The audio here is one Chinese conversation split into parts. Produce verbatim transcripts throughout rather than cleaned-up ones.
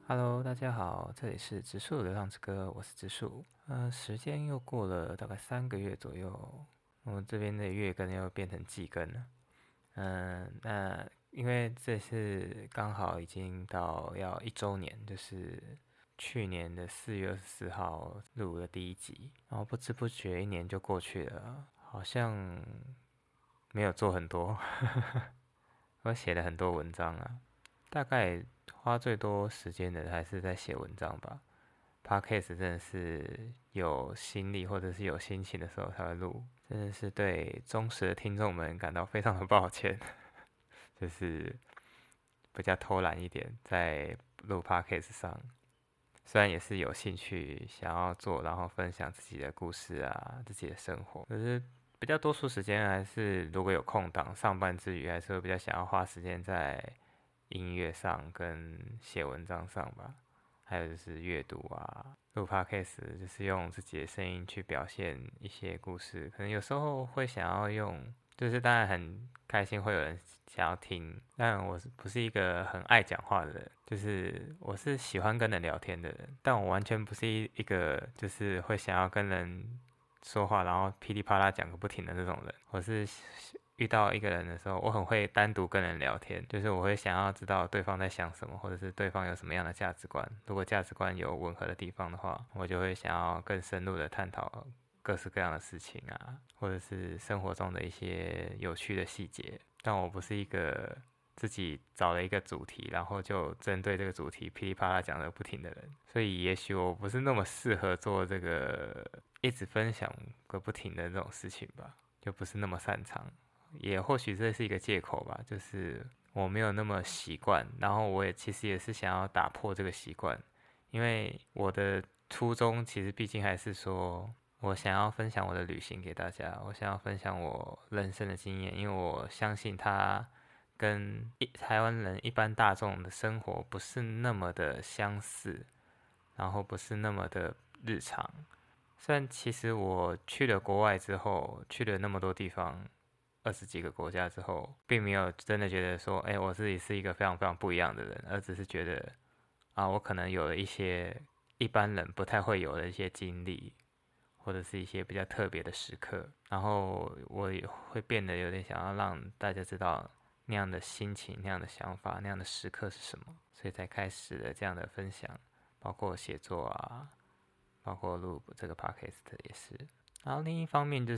Hello，大家好，这里是植树流浪之歌，我是植树。呃，时间又过了大概三个月左右，我们这边的月更又变成季更了。嗯、那因为这次刚好已经到要一周年，就是去年的四月二十四号录了第一集，然后不知不觉一年就过去了，好像没有做很多，我写了很多文章啊，大概花最多时间的还是在写文章吧。Podcast 真的是有心力或者是有心情的时候才会录，真的是对忠实的听众们感到非常的抱歉，就是比较偷懒一点，在录 Podcast 上，虽然也是有兴趣想要做，然后分享自己的故事啊，自己的生活，可是比较多数时间还是如果有空档，上班之余还是会比较想要花时间在音乐上跟写文章上吧。还有就是阅读啊，录 podcast 就是用自己的声音去表现一些故事，可能有时候会想要用，就是当然很开心会有人想要听，但我是不是一个很爱讲话的人，就是我是喜欢跟人聊天的人，但我完全不是一一个就是会想要跟人说话，然后噼里啪啦讲个不停的那种人，我是遇到一个人的时候，我很会单独跟人聊天，就是我会想要知道对方在想什么，或者是对方有什么样的价值观。如果价值观有吻合的地方的话，我就会想要更深入的探讨各式各样的事情啊，或者是生活中的一些有趣的细节。但我不是一个自己找了一个主题，然后就针对这个主题噼里啪啦讲个不停的人，所以也许我不是那么适合做这个一直分享个不停的这种事情吧，就不是那么擅长。也或许这是一个借口吧，就是我没有那么习惯，然后我也其实也是想要打破这个习惯，因为我的初衷其实毕竟还是说我想要分享我的旅行给大家，我想要分享我人生的经验，因为我相信它跟一台湾人一般大众的生活不是那么的相似，然后不是那么的日常。虽然其实我去了国外之后，去了那么多地方，二十几个国家之后，并没有真的觉得说，哎，我自己是一个非常非常不一样的人，而只是觉得啊，我可能有了一些一般人不太会有的一些经历，或者是一些比较特别的时刻，然后我也会变得有点想要让大家知道那样的心情、那样的想法、那样的时刻是什么，所以才开始了这样的分享，包括写作啊，包括录这个 podcast 也是。然后另一方面就是，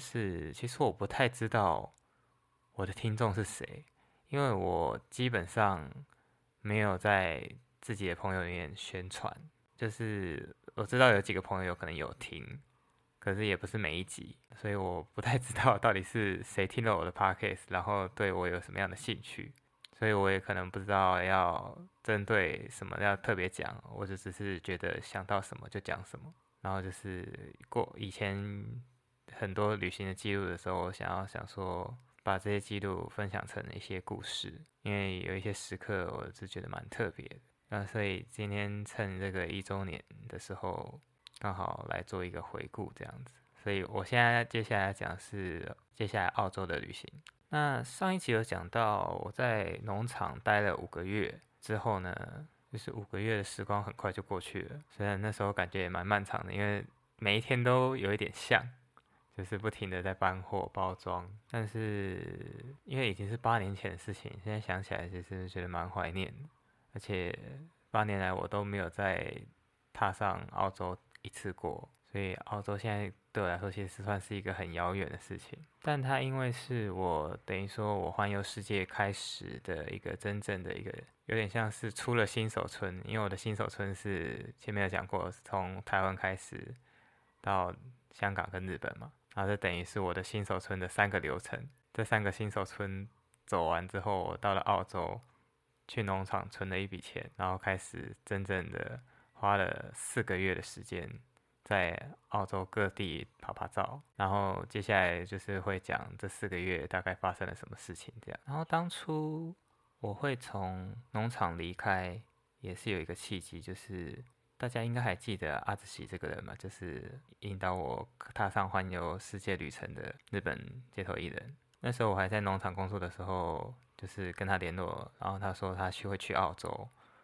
其实我不太知道我的听众是谁，因为我基本上没有在自己的朋友里面宣传，就是我知道有几个朋友有可能有听，可是也不是每一集，所以我不太知道到底是谁听了我的 podcast，然后对我有什么样的兴趣，所以我也可能不知道要针对什么要特别讲，我就只是觉得想到什么就讲什么，然后就是过以前很多旅行的记录的时候，我想要想说把这些记录分享成一些故事，因为有一些时刻我是觉得蛮特别的。那所以今天趁这个一周年的时候，刚好来做一个回顾这样子。所以我现在接下来讲是接下来澳洲的旅行。那上一集有讲到我在农场待了五个月之后呢，就是五个月的时光很快就过去了，虽然那时候感觉也蛮漫长的，因为每一天都有一点像，就是不停的在搬货包装，但是因为已经是八年前的事情，现在想起来其实觉得蛮怀念的，而且八年来我都没有再踏上澳洲一次过，所以澳洲现在对我来说其实算是一个很遥远的事情。但它因为是我等于说我环游世界开始的一个真正的一个，有点像是出了新手村，因为我的新手村是前面有讲过，从台湾开始到香港跟日本嘛，然后这等于是我的新手村的三个流程。这三个新手村走完之后，我到了澳洲，去农场存了一笔钱，然后开始真正的花了四个月的时间在澳洲各地拍拍照，然后接下来就是会讲这四个月大概发生了什么事情这样。然后当初我会从农场离开，也是有一个契机，就是大家应该还记得阿兹喜这个人嘛，就是引导我踏上环游世界旅程的日本街头艺人。那时候我还在农场工作的时候，就是跟他联络，然后他说他去会去澳洲，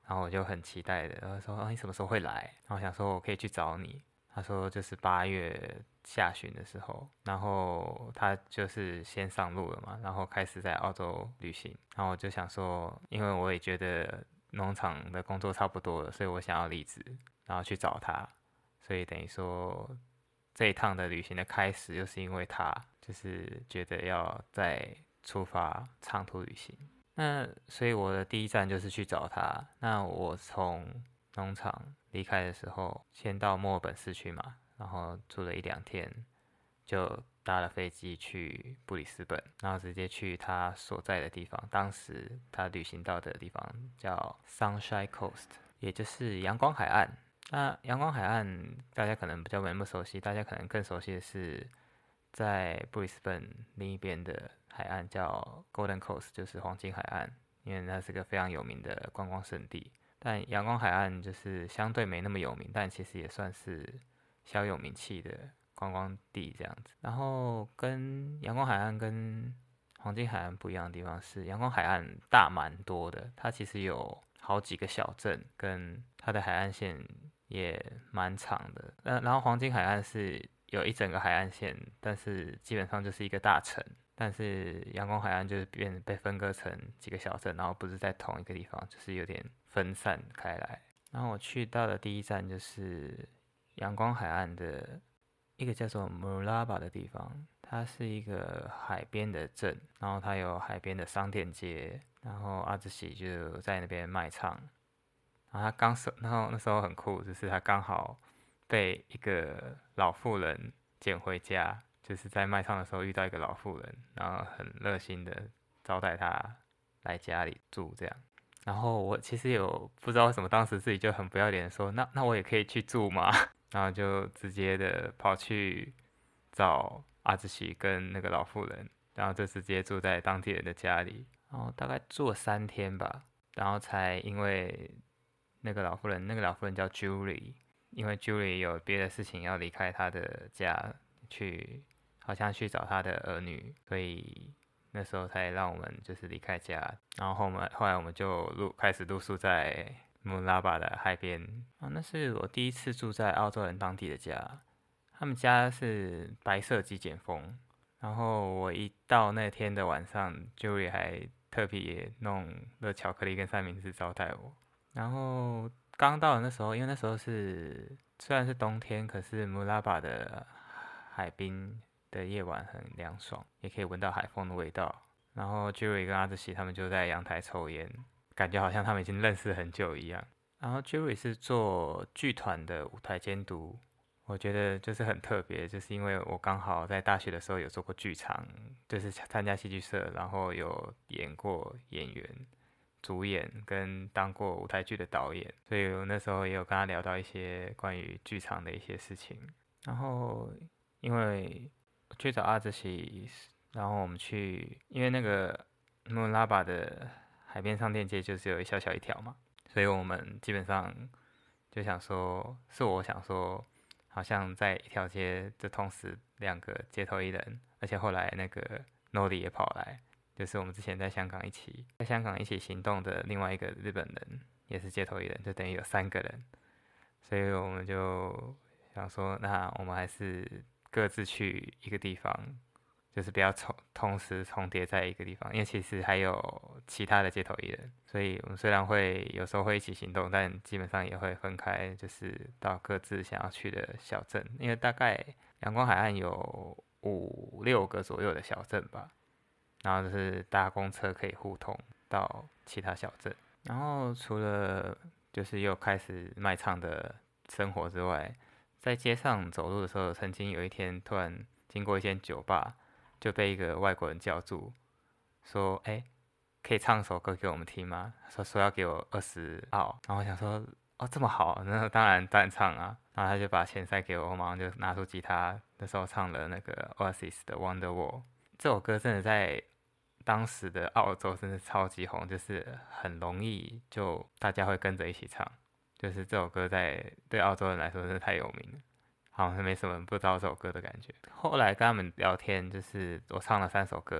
然后我就很期待的，然后说：“哦，你什么时候会来？”然后想说我可以去找你。他说就是八月下旬的时候，然后他就是先上路了嘛，然后开始在澳洲旅行。然后我就想说，因为我也觉得农场的工作差不多了，所以我想要离职，然后去找他。所以等于说这一趟的旅行的开始，又是因为他，就是觉得要再出发长途旅行。那所以我的第一站就是去找他。那我从农场离开的时候，先到墨尔本市区嘛，然后住了一两天，就搭了飞机去布里斯本，然后直接去他所在的地方。当时他旅行到的地方叫 Sunshine Coast，也就是阳光海岸。那阳光海岸大家可能比较没那么熟悉，大家可能更熟悉的是在布里斯本另一边的海岸叫 Golden Coast，就是黄金海岸，因为它是个非常有名的观光胜地。但阳光海岸就是相对没那么有名，但其实也算是小有名气的观光地这样子。然后跟阳光海岸跟黄金海岸不一样的地方是，阳光海岸大蛮多的，它其实有好几个小镇，跟它的海岸线也蛮长的。那然后黄金海岸是有一整个海岸线，但是基本上就是一个大城。但是阳光海岸就是变被分割成几个小镇，然后不是在同一个地方，就是有点分散开来。然后我去到的第一站就是阳光海岸的一个叫做 Mooloolaba 的地方，它是一个海边的镇，然后它有海边的商店街，然后阿兹喜就在那边卖唱。然后他刚收，然后那时候很酷，就是他刚好被一个老妇人捡回家，就是在卖唱的时候遇到一个老妇人，然后很热心的招待他来家里住这样。然后我其实有不知道为什么，当时自己就很不要脸的说，那那我也可以去住吗？然后就直接的跑去找阿志喜跟那个老妇人，然后就直接住在当地人的家里，然后大概住了三天吧，然后才因为那个老妇人，那个老妇人叫 Julie，因为 Julie 有别的事情要离开她的家去，好像去找她的儿女，所以那时候才让我们就是离开家。然后后面后来我们就露开始露宿在穆拉巴的海边啊，那是我第一次住在澳洲人当地的家，他们家是白色极简风。然后我一到那天的晚上，Julie 还特别弄了巧克力跟三明治招待我。然后刚到的那时候，因为那时候是虽然是冬天，可是穆拉巴的海滨的夜晚很凉爽，也可以闻到海风的味道。然后 Jerry 跟阿志喜他们就在阳台抽烟，感觉好像他们已经认识很久一样。然后 Jerry 是做剧团的舞台监督，我觉得就是很特别，就是因为我刚好在大学的时候有做过剧场，就是参加戏剧社，然后有演过演员。主演跟当过舞台剧的导演，所以我那时候也有跟他聊到一些关于剧场的一些事情。然后因为去找阿泽西，然后我们去，因为那个穆拉巴的海边商店街就是有一小小一条嘛，所以我们基本上就想说，是我想说，好像在一条街就同时两个街头艺人，而且后来那个 Nori 也跑来。就是我们之前在香港一起在香港一起行动的另外一个日本人，也是街头艺人，就等于有三个人，所以我们就想说，那我们还是各自去一个地方，就是不要重同时重叠在一个地方，因为其实还有其他的街头艺人，所以我们虽然会有时候会一起行动，但基本上也会分开，就是到各自想要去的小镇，因为大概阳光海岸有五六个左右的小镇吧。然后就是搭公车可以互通到其他小镇。然后除了就是又开始卖唱的生活之外，在街上走路的时候，曾经有一天突然经过一间酒吧，就被一个外国人叫住，说：“哎，可以唱首歌给我们听吗？”说说要给我二十澳。然后我想说：“哦，这么好，那当然当然唱啊。”然后他就把钱塞给我，我马上就拿出吉他，那时候唱了那个 Oasis 的 Wonderwall。这首歌真的在当时的澳洲真的超级红，就是很容易就大家会跟着一起唱，就是这首歌在对澳洲人来说真的太有名了，好像没什么人不知道这首歌的感觉。后来跟他们聊天，就是我唱了三首歌，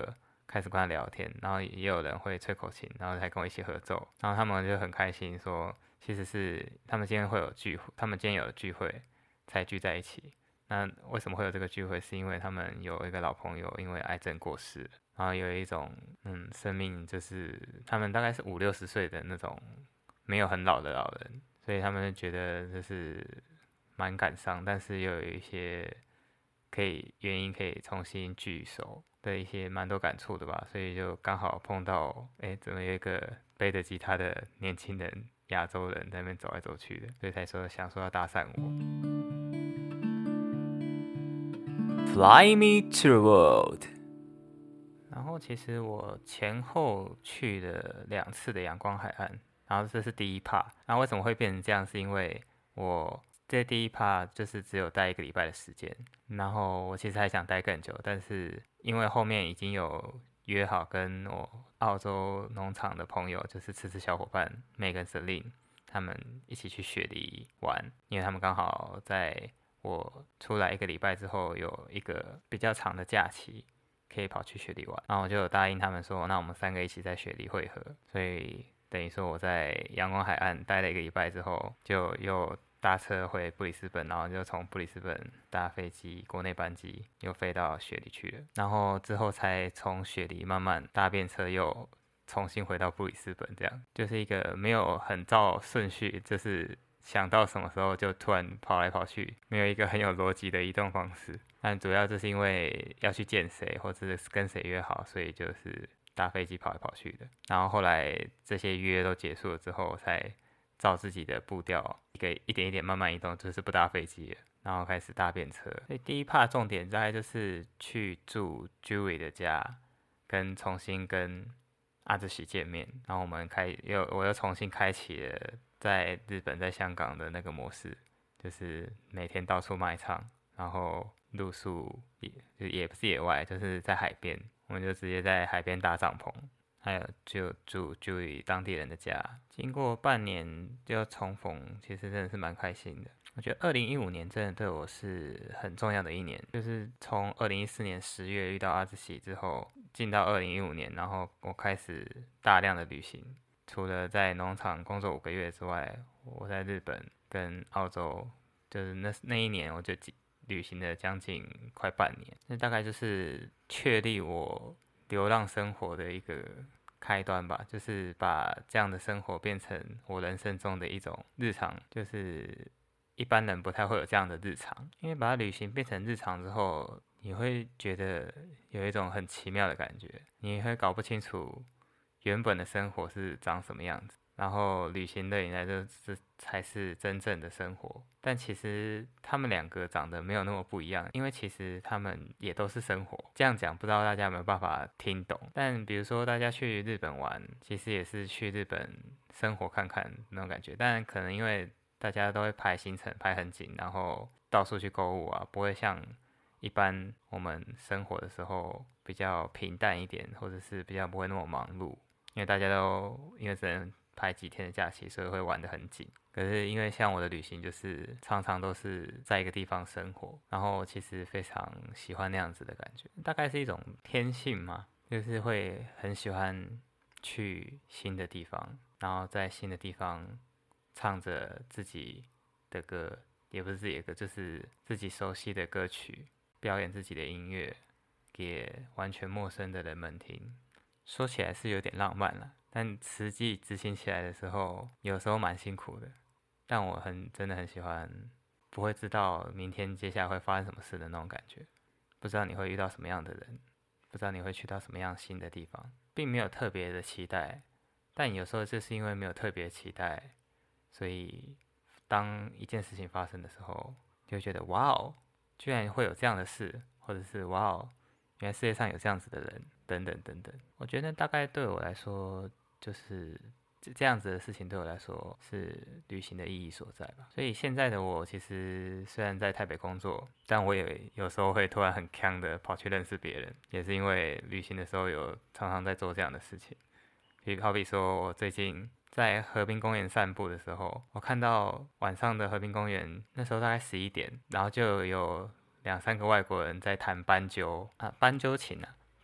开始跟他聊天，然后也有人会吹口琴，然后还跟我一起合奏，然后他们就很开心说，其实是他们今天会有聚会，他们今天有聚会才聚在一起。那为什么会有这个聚会？是因为他们有一个老朋友因为癌症过世，然后有一种嗯生命就是他们大概是五六十岁的那种没有很老的老人，所以他们觉得就是蛮感伤，但是又有一些可以原因可以重新聚首的一些蛮多感触的吧，所以就刚好碰到，哎，怎么有一个背着吉他的年轻人，亚洲人在那边走来走去的，所以才说想说要搭讪我。Fly me to the world。然后其实我前后去了两次的阳光海岸，然后这是第一 part。然后为什么会变成这样？是因为我这第一 part 就是只有待一个礼拜的时间，然后我其实还想待更久，但是因为后面已经有约好跟我澳洲农场的朋友，就是吃吃小伙伴 Meg 跟 Celine 他们一起去雪梨玩，因为他们刚好在我出来一个礼拜之后有一个比较长的假期。可以跑去雪梨玩，然后我就答应他们说，那我们三个一起在雪梨汇合。所以等于说我在阳光海岸待了一个礼拜之后，就又搭车回布里斯本，然后就从布里斯本搭飞机国内班机又飞到雪梨去了，然后之后才从雪梨慢慢搭便车又重新回到布里斯本，这样就是一个没有很照顺序，就是想到什么时候就突然跑来跑去，没有一个很有逻辑的移动方式。但主要就是因为要去见谁，或者是跟谁约好，所以就是搭飞机跑来跑去的。然后后来这些约都结束了之后，才照自己的步调，一个一点一点慢慢移动，就是不搭飞机了，然后开始搭便车。所以第一 part 重点大概就是去住 Julie 的家，跟重新跟阿志喜见面。然后我们开又我又重新开启了在日本在香港的那个模式，就是每天到处卖唱，然后露宿也就也不是野外，就是在海边，我们就直接在海边搭帐篷，还有就住住于当地人的家。经过半年就重逢，其实真的是蛮开心的。我觉得二零一五年真的对我是很重要的一年，就是从二零一四年十月遇到阿志喜之后，进到二零一五年，然后我开始大量的旅行。除了在农场工作五个月之外，我在日本跟澳洲，就是那那一年我就旅行了将近快半年，那大概就是确立我流浪生活的一个开端吧，就是把这样的生活变成我人生中的一种日常，就是一般人不太会有这样的日常，因为把旅行变成日常之后，你会觉得有一种很奇妙的感觉，你会搞不清楚原本的生活是长什么样子，然后旅行对你来说这才是真正的生活。但其实他们两个长得没有那么不一样，因为其实他们也都是生活。这样讲不知道大家有没有办法听懂？但比如说大家去日本玩，其实也是去日本生活看看那种感觉，但可能因为大家都会排行程排很紧，然后到处去购物啊，不会像一般我们生活的时候比较平淡一点，或者是比较不会那么忙碌。因为大家都因为只能排几天的假期，所以会玩得很紧。可是因为像我的旅行，就是常常都是在一个地方生活，然后其实非常喜欢那样子的感觉，大概是一种天性嘛，就是会很喜欢去新的地方，然后在新的地方唱着自己的歌，也不是自己的歌，就是自己熟悉的歌曲，表演自己的音乐给完全陌生的人们听。说起来是有点浪漫了，但实际执行起来的时候，有时候蛮辛苦的。但我很真的很喜欢，不会知道明天接下来会发生什么事的那种感觉，不知道你会遇到什么样的人，不知道你会去到什么样新的地方，并没有特别的期待，但有时候就是因为没有特别期待，所以当一件事情发生的时候，就会觉得哇哦，居然会有这样的事，或者是哇哦，原来世界上有这样子的人，等等等等。我觉得大概对我来说，就是这样子的事情对我来说是旅行的意义所在吧。所以现在的我其实虽然在台北工作，但我也有时候会突然很锵的跑去认识别人，也是因为旅行的时候有常常在做这样的事情。比如好比说我最近在河滨公园散步的时候，我看到晚上的河滨公园，那时候大概十一点，然后就有两三个外国人在弹斑鸠啊，斑鸠琴啊，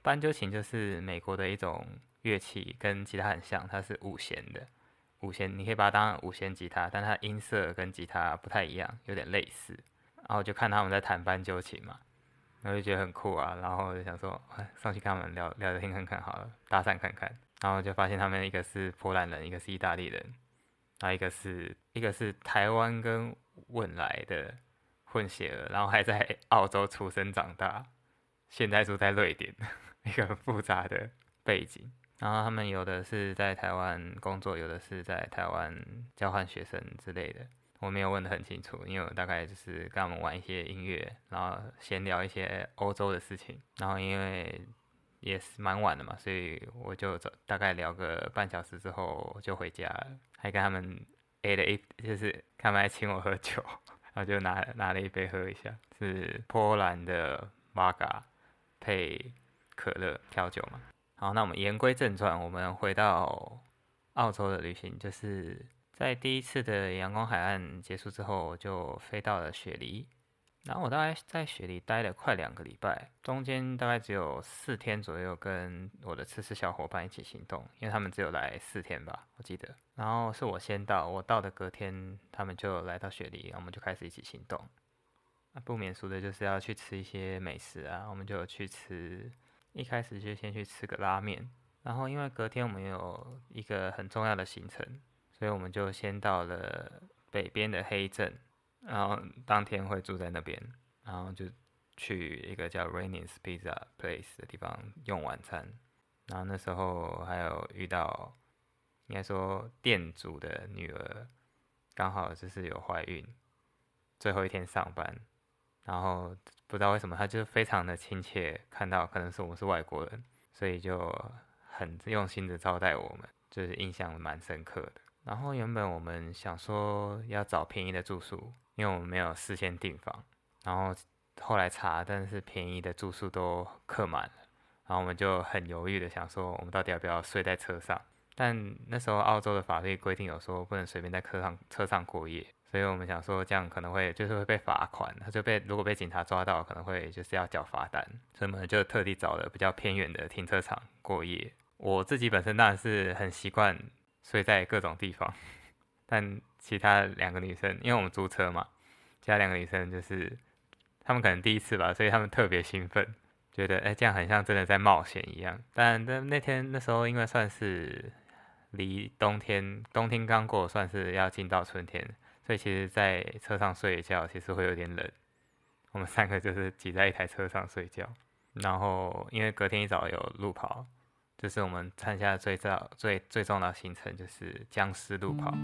斑鸠琴就是美国的一种乐器，跟吉他很像，它是五弦的。五弦你可以把它当五弦吉他，但它音色跟吉他不太一样，有点类似。然后我就看他们在弹斑鸠琴嘛，然后就觉得很酷啊，然后就想说，哎，上去跟他们聊聊天看看好了，搭讪看看。然后就发现他们一个是波兰人，一个是意大利人，然后一个是一个是台湾跟汶莱的混血儿，然后还在澳洲出生长大，现在住在瑞典，一个很复杂的背景。然后他们有的是在台湾工作，有的是在台湾交换学生之类的。我没有问得很清楚，因为我大概就是跟他们玩一些音乐，然后闲聊一些欧洲的事情。然后因为也是蛮晚的嘛，所以我就大概聊个半小时之后就回家了，还跟他们 A 了一，就是他们还请我喝酒，然后就拿拿了一杯喝一下，是波兰的 Vodka 配可乐调酒嘛。好，那我们言归正传，我们回到澳洲的旅行，就是在第一次的阳光海岸结束之后，我就飞到了雪梨。然后我大概在雪梨待了快两个礼拜，中间大概只有四天左右跟我的吃吃小伙伴一起行动，因为他们只有来四天吧，我记得。然后是我先到，我到的隔天他们就来到雪梨，然后我们就开始一起行动。那不免俗的就是要去吃一些美食啊，我们就有去吃，一开始就先去吃个拉面，然后因为隔天我们有一个很重要的行程，所以我们就先到了北边的黑镇。然后当天会住在那边，然后就去一个叫 Rainey's Pizza Place 的地方用晚餐。然后那时候还有遇到，应该说店主的女儿刚好就是有怀孕，最后一天上班，然后不知道为什么她就非常的亲切，看到可能是我们是外国人，所以就很用心的招待我们，就是印象蛮深刻的。然后原本我们想说要找便宜的住宿，因为我们没有事先订房，然后后来查，但是便宜的住宿都客满了，然后我们就很犹豫的想说，我们到底要不要睡在车上？但那时候澳洲的法律规定有说不能随便在车上车上过夜，所以我们想说这样可能会就是会被罚款，他就被如果被警察抓到，可能会就是要缴罚单，所以我们就特地找了比较偏远的停车场过夜。我自己本身当然是很习惯睡在各种地方，但其他两个女生，因为我们租车嘛，其他两个女生就是她们可能第一次吧，所以她们特别兴奋，觉得哎这样很像真的在冒险一样。但但那天那时候因为算是离冬天冬天刚过，算是要进到春天，所以其实在车上睡一觉其实会有点冷。我们三个就是挤在一台车上睡觉，然后因为隔天一早有路跑。就是我们参加最早最最重要的行程就是僵尸路跑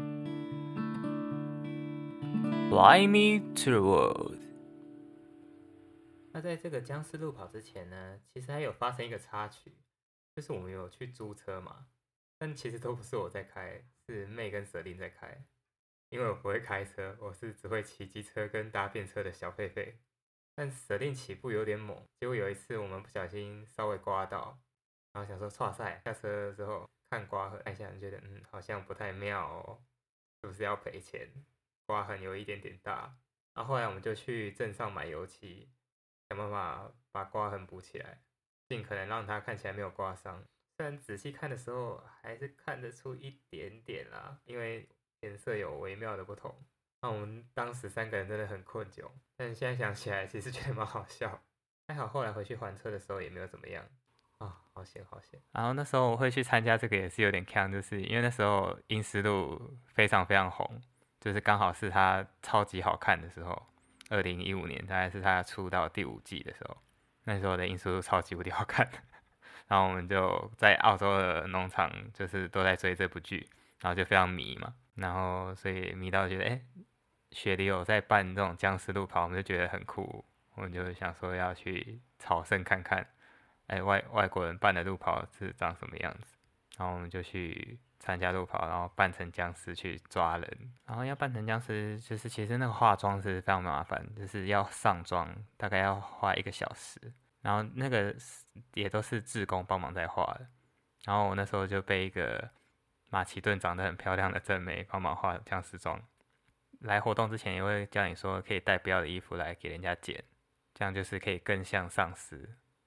，Fly me to the world。那在这个僵尸路跑之前呢，其实还有发生一个插曲，就是我们有去租车嘛，但其实都不是我在开，是妹跟舍琳在开，因为我不会开车，我是只会骑机车跟搭便车的小狒狒。但舍琳起步有点猛，结果有一次我们不小心稍微刮到。然后想说，哇塞，下车之后看刮痕，看一下，觉得嗯好像不太妙哦，是不是要赔钱？刮痕有一点点大。然后后来我们就去镇上买油漆，想办法把刮痕补起来，尽可能让它看起来没有刮伤。虽然仔细看的时候还是看得出一点点啦，因为颜色有微妙的不同。那我们当时三个人真的很困窘，但现在想起来其实觉得蛮好笑。还好后来回去还车的时候也没有怎么样。啊、哦，好险好险！然后那时候我会去参加这个也是有点坑，就是因为那时候阴尸路非常非常红，就是刚好是它超级好看的时候，二零一五年大概是它出到第五季的时候，那时候的阴尸路超级无敌好看。然后我们就在澳洲的农场，就是都在追这部剧，然后就非常迷嘛，然后所以迷到觉得，哎，雪梨有在办这种僵尸路跑，我们就觉得很酷，我们就想说要去朝圣看看。哎，外外国人办的路跑是长什么样子？然后我们就去参加路跑，然后扮成僵尸去抓人。然后要扮成僵尸，就是其实那个化妆是非常麻烦，就是要上妆，大概要花一个小时。然后那个也都是志工帮忙在画的。然后我那时候就被一个马其顿长得很漂亮的正妹帮忙化僵尸妆。来活动之前也会叫你说可以带不要的衣服来给人家剪，这样就是可以更像丧尸。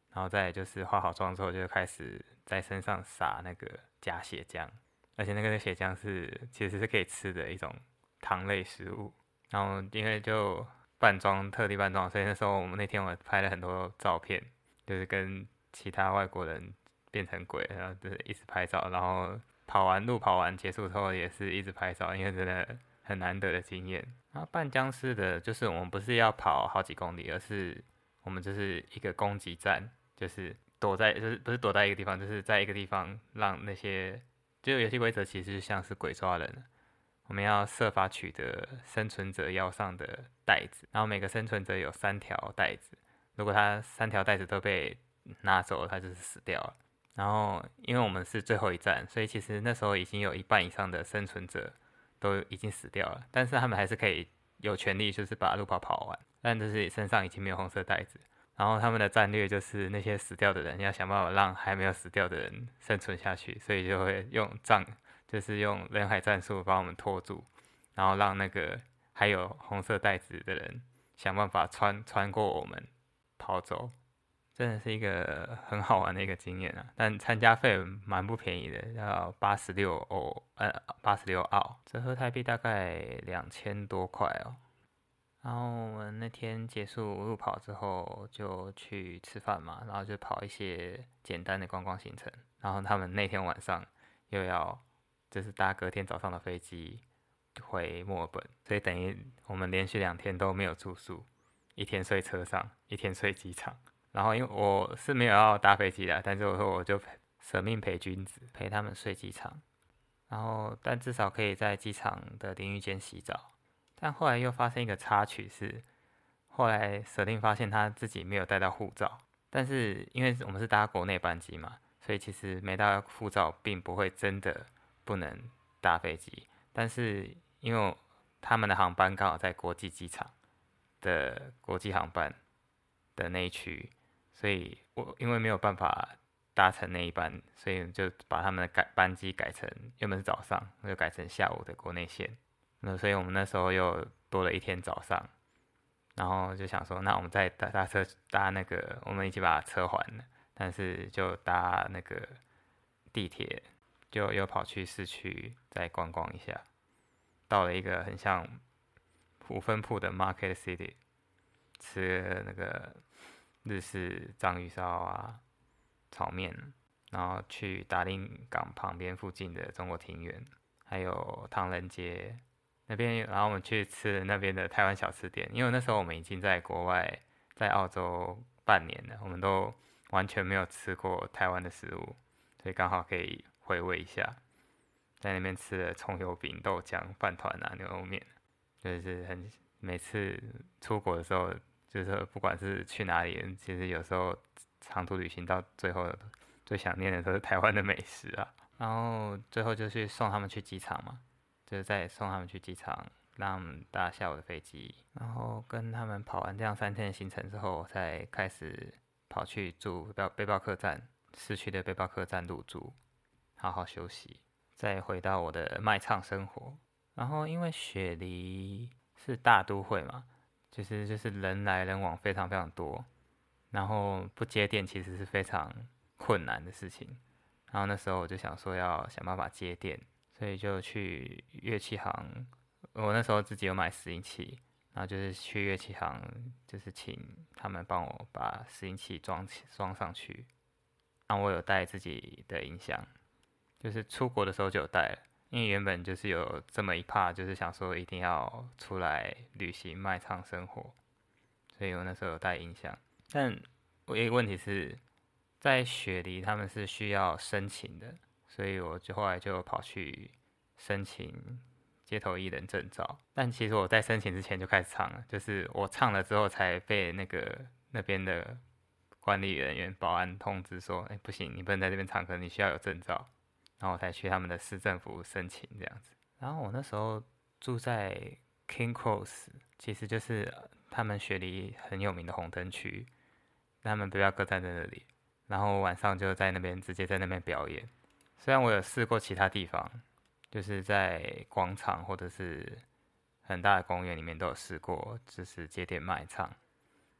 然后再来就是化好妆之后就开始在身上撒那个假血浆，而且那个血浆是其实是可以吃的一种糖类食物。然后因为就扮装特地扮装，所以那时候我们那天我拍了很多照片，就是跟其他外国人变成鬼，然后就是一直拍照，然后跑完路跑完结束之后也是一直拍照，因为真的很难得的经验。然后扮僵尸的就是我们不是要跑好几公里，而是我们就是一个攻击战，就是躲在就是不是躲在一个地方，就是在一个地方让那些就游戏规则其实像是鬼抓人，我们要设法取得生存者腰上的带子，然后每个生存者有三条带子，如果他三条带子都被拿走了，他就是死掉了。然后因为我们是最后一站，所以其实那时候已经有一半以上的生存者都已经死掉了，但是他们还是可以有权利就是把路跑跑完，但就是身上已经没有红色带子。然后他们的战略就是那些死掉的人要想办法让还没有死掉的人生存下去，所以就会用仗，就是用人海战术把我们拖住，然后让那个还有红色带子的人想办法穿穿过我们跑走。真的是一个很好玩的一个经验啊！但参加费蛮不便宜的，要八十六欧，呃，八十六澳，折合台币大概两千多块哦。然后我们那天结束路跑之后，就去吃饭嘛，然后就跑一些简单的观光行程。然后他们那天晚上又要就是搭隔天早上的飞机回墨尔本，所以等于我们连续两天都没有住宿，一天睡车上，一天睡机场。然后因为我是没有要搭飞机的，但是我说我就舍命陪君子，陪他们睡机场。然后但至少可以在机场的淋浴间洗澡。但后来又发生一个插曲是，后来舍令发现他自己没有带到护照，但是因为我们是搭国内班机嘛，所以其实没带护照并不会真的不能搭飞机。但是因为他们的航班刚好在国际机场的国际航班的那一区，所以我因为没有办法搭乘那一班，所以就把他们的改班机改成原本是早上，就改成下午的国内线。那所以我们那时候又多了一天早上，然后就想说，那我们再搭搭车搭那个，我们一起把车还了，但是就搭那个地铁，就又跑去市区再观光一下，到了一个很像五分铺的 Market City，吃那个日式章鱼烧啊、炒面，然后去达令港旁边附近的中国庭园，还有唐人街那边，然后我们去吃那边的台湾小吃店，因为那时候我们已经在国外，在澳洲半年了，我们都完全没有吃过台湾的食物，所以刚好可以回味一下。在那边吃了葱油饼、豆浆、饭团啊、牛肉面，就是很每次出国的时候，就是不管是去哪里，其实有时候长途旅行到最后最想念的都是台湾的美食啊。然后最后就去送他们去机场嘛，就是再送他们去机场，让他们搭下午的飞机，然后跟他们跑完这样三天的行程之后，才开始跑去住背包客栈，市区的背包客栈入住，好好休息，再回到我的卖唱生活。然后因为雪梨是大都会嘛，就是就是人来人往非常非常多，然后不接电其实是非常困难的事情。然后那时候我就想说要想办法接电，所以就去乐器行。我那时候自己有买拾音器，然后就是去乐器行，就是请他们帮我把拾音器装起装上去。然后我有带自己的音响，就是出国的时候就有带了，因为原本就是有这么一 part，就是想说一定要出来旅行卖唱生活，所以我那时候有带音响。但我有一个问题是，在雪梨他们是需要申请的，所以我就后来就跑去申请街头艺人证照。但其实我在申请之前就开始唱了，就是我唱了之后才被那个那边的管理人员保安通知说，哎、欸，不行，你不能在这边唱歌，你需要有证照。然后我才去他们的市政府申请这样子。然后我那时候住在 King Cross， 其实就是他们雪梨很有名的红灯区，他们背包客栈在那里。然后晚上就在那边直接在那边表演。虽然我有试过其他地方，就是在广场或者是很大的公园里面都有试过，就是接电卖唱，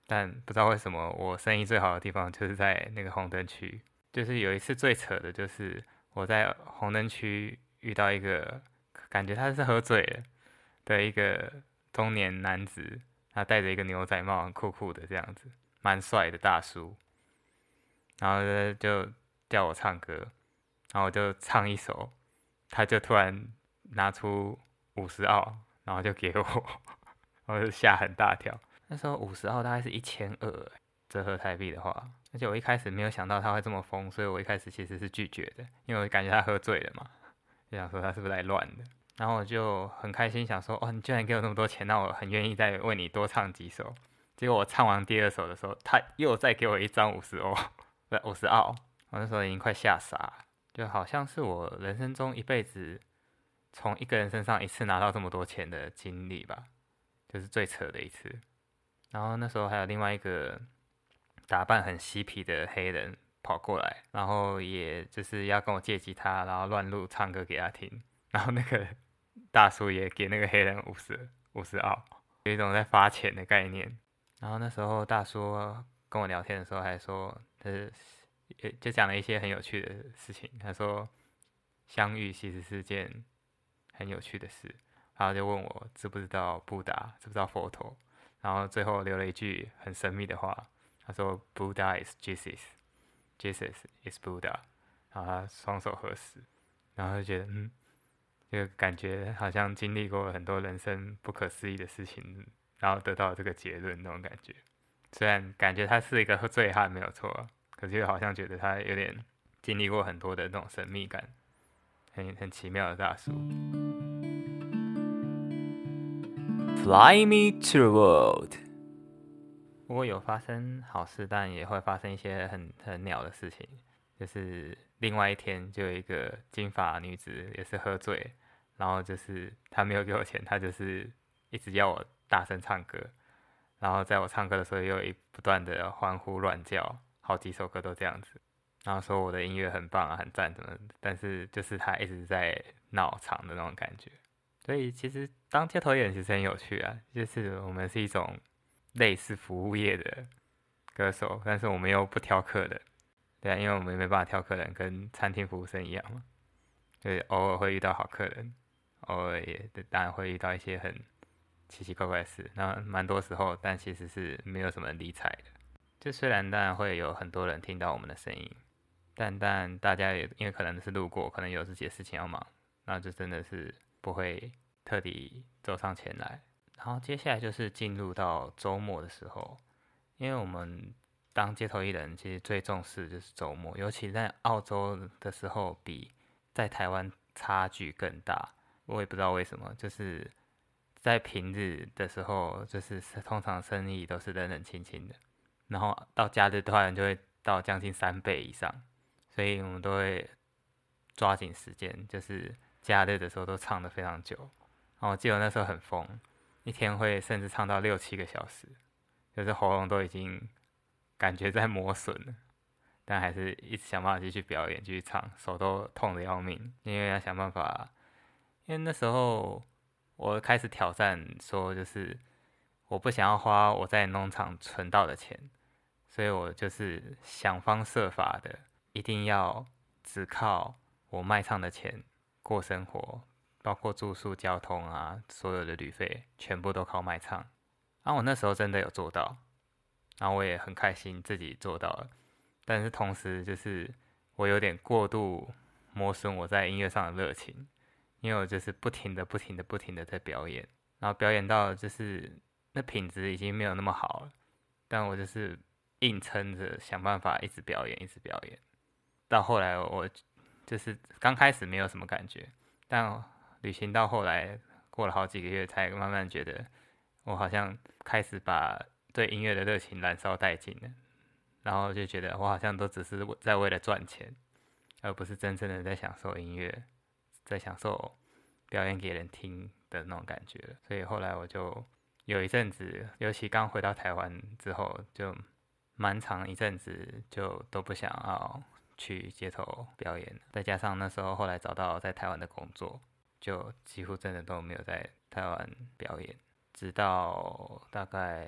但不知道为什么我生意最好的地方就是在那个红灯区。就是有一次最扯的，就是我在红灯区遇到一个感觉他是喝醉了的一个中年男子，他戴着一个牛仔帽，很酷酷的这样子，蛮帅的大叔。然后呢就叫我唱歌，然后我就唱一首，他就突然拿出五十澳，然后就给我，我就吓很大跳。那时候五十澳大概是一千二，折合台币的话。而且我一开始没有想到他会这么疯，所以我一开始其实是拒绝的，因为我感觉他喝醉了嘛，就想说他是不是来乱的。然后我就很开心，想说哦，你居然给我那么多钱，那我很愿意再为你多唱几首。结果我唱完第二首的时候，他又再给我一张五十欧，不五十澳。我那时候已经快吓傻了，就好像是我人生中一辈子从一个人身上一次拿到这么多钱的经历吧，就是最扯的一次。然后那时候还有另外一个打扮很嬉皮的黑人跑过来，然后也就是要跟我借吉他，然后乱录唱歌给他听。然后那个大叔也给那个黑人五十五十澳，有一种在发钱的概念。然后那时候大叔跟我聊天的时候还说，他是就讲了一些很有趣的事情。他说相遇其实是件很有趣的事，然后就问我知不知道布达，知不知道佛陀。然后最后留了一句很神秘的话，他说 Buddha is Jesus，Jesus is Buddha。然后他双手合十，然后就觉得嗯，就感觉好像经历过很多人生不可思议的事情，然后得到这个结论那种感觉。虽然感觉他是一个醉汉没有错，可是又好像觉得他有点经历过很多的那种神秘感，很很奇妙的大叔。Fly me to the world。不过有发生好事，但也会发生一些很很鸟的事情。就是另外一天，就有一个金发女子也是喝醉，然后就是她没有给我钱，她就是一直要我大声唱歌，然后在我唱歌的时候又一不断的欢呼乱叫，好几首歌都这样子，然后说我的音乐很棒啊，很赞什么的，但是就是她一直在闹场的那种感觉。所以其实当街头艺人其实很有趣啊，就是我们是一种类似服务业的歌手，但是我们又不挑客人，对啊，因为我们没办法挑客人，跟餐厅服务生一样嘛，所以偶尔会遇到好客人，偶尔也当然会遇到一些很奇奇怪怪的事，那蛮多时候，但其实是没有什么人理睬的。就虽然当然会有很多人听到我们的声音，但但大家也因为可能是路过，可能有自己的事情要忙，那就真的是不会特地走上前来。然后接下来就是进入到周末的时候，因为我们当街头艺人，其实最重视就是周末，尤其在澳洲的时候，比在台湾差距更大。我也不知道为什么，就是在平日的时候，就是通常生意都是冷冷清清的，然后到假日的话，就会到将近三倍以上，所以我们都会抓紧时间，就是假日的时候都唱得非常久。然后我记得我那时候很疯，一天会甚至唱到六七个小时，就是喉咙都已经感觉在磨损了，但还是一直想办法继续表演，继续唱，手都痛得要命，因为要想办法。因为那时候我开始挑战说，就是我不想要花我在农场存到的钱，所以我就是想方设法的，一定要只靠我卖唱的钱过生活，包括住宿、交通啊，所有的旅费全部都靠卖唱。然后我那时候真的有做到，然后我也很开心自己做到了，但是同时就是我有点过度磨损我在音乐上的热情，因为我就是不停的、不停的、不停的在表演，然后表演到就是那品质已经没有那么好了，但我就是硬撑着想办法一直表演，一直表演。到后来我就是刚开始没有什么感觉，但旅行到后来过了好几个月，才慢慢觉得我好像开始把对音乐的热情燃烧殆尽了，然后就觉得我好像都只是在为了赚钱，而不是真正的在享受音乐，在享受表演给人听的那种感觉。所以后来我就有一阵子，尤其刚回到台湾之后，就蛮长一阵子就都不想要去街头表演，再加上那时候后来找到在台湾的工作，就几乎真的都没有在台湾表演，直到大概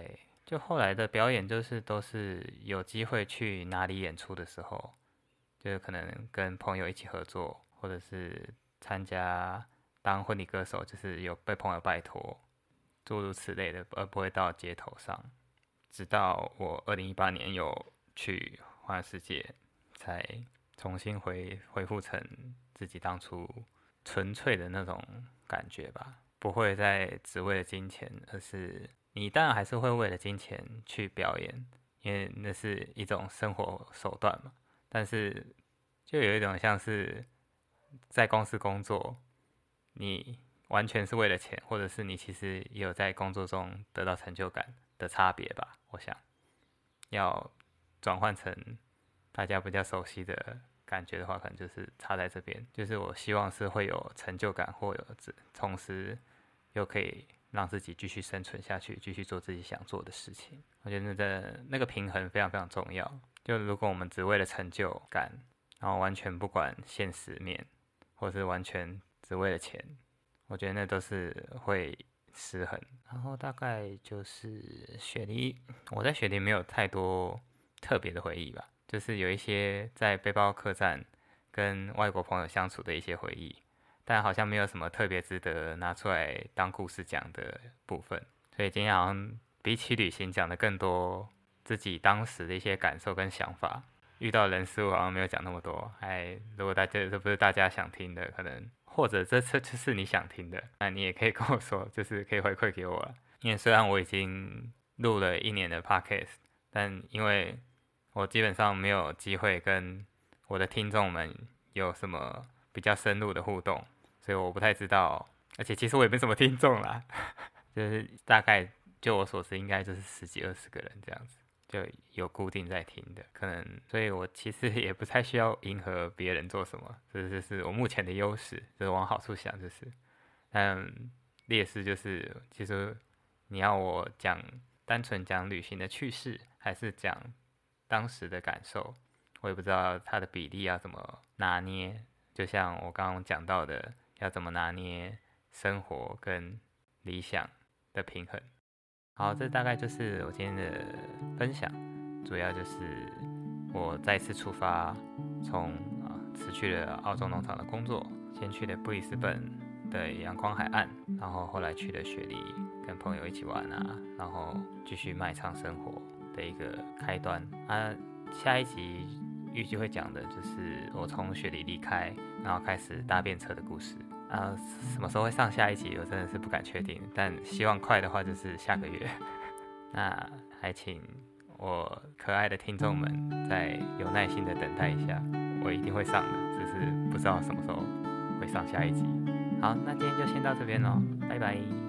就后来的表演就是都是有机会去哪里演出的时候，就是可能跟朋友一起合作，或者是参加当婚礼歌手，就是有被朋友拜托，诸如此类的，而不会到街头上。直到我二零一八年有去环游世界，才重新回恢复成自己当初纯粹的那种感觉吧，不会再只为了金钱，而是你当然还是会为了金钱去表演，因为那是一种生活手段嘛。但是就有一种像是在公司工作，你完全是为了钱，或者是你其实也有在工作中得到成就感的差别吧。我想要转换成大家比较熟悉的感觉的话，可能就是差在这边，就是我希望是会有成就感，或有同时又可以让自己继续生存下去，继续做自己想做的事情。我觉得那个那个平衡非常非常重要。就如果我们只为了成就感，然后完全不管现实面，或是完全只为了钱，我觉得那都是会失衡。然后大概就是雪梨，我在雪梨没有太多特别的回忆吧，就是有一些在背包客栈跟外国朋友相处的一些回忆，但好像没有什么特别值得拿出来当故事讲的部分。所以今天好像比起旅行讲的更多自己当时的一些感受跟想法。遇到人事物好像没有讲那么多，还如果大家这不是大家想听的，可能或者这次就是你想听的，那你也可以跟我说，就是可以回馈给我了。因为虽然我已经录了一年的 podcast， 但因为我基本上没有机会跟我的听众们有什么比较深入的互动，所以我不太知道，而且其实我也没什么听众啦，就是大概就我所知，应该就是十几二十个人这样子。就有固定在听的，可能，所以我其实也不太需要迎合别人做什么，这就是我目前的优势，就是往好处想，就是，但劣势就是，其实你要我讲单纯讲旅行的趣事，还是讲当时的感受，我也不知道它的比例要怎么拿捏，就像我刚刚讲到的，要怎么拿捏生活跟理想的平衡。好，这大概就是我今天的分享，主要就是我再次出发，从啊辞去了澳洲农场的工作，先去了布里斯本的阳光海岸，然后后来去了雪梨，跟朋友一起玩啊，然后继续卖唱生活的一个开端啊。下一集预计会讲的就是我从雪梨离开，然后开始搭便车的故事。啊，什么时候会上下一集，我真的是不敢确定，但希望快的话就是下个月。那还请我可爱的听众们再有耐心的等待一下，我一定会上的，只是不知道什么时候会上下一集。好，那今天就先到这边咯，拜拜。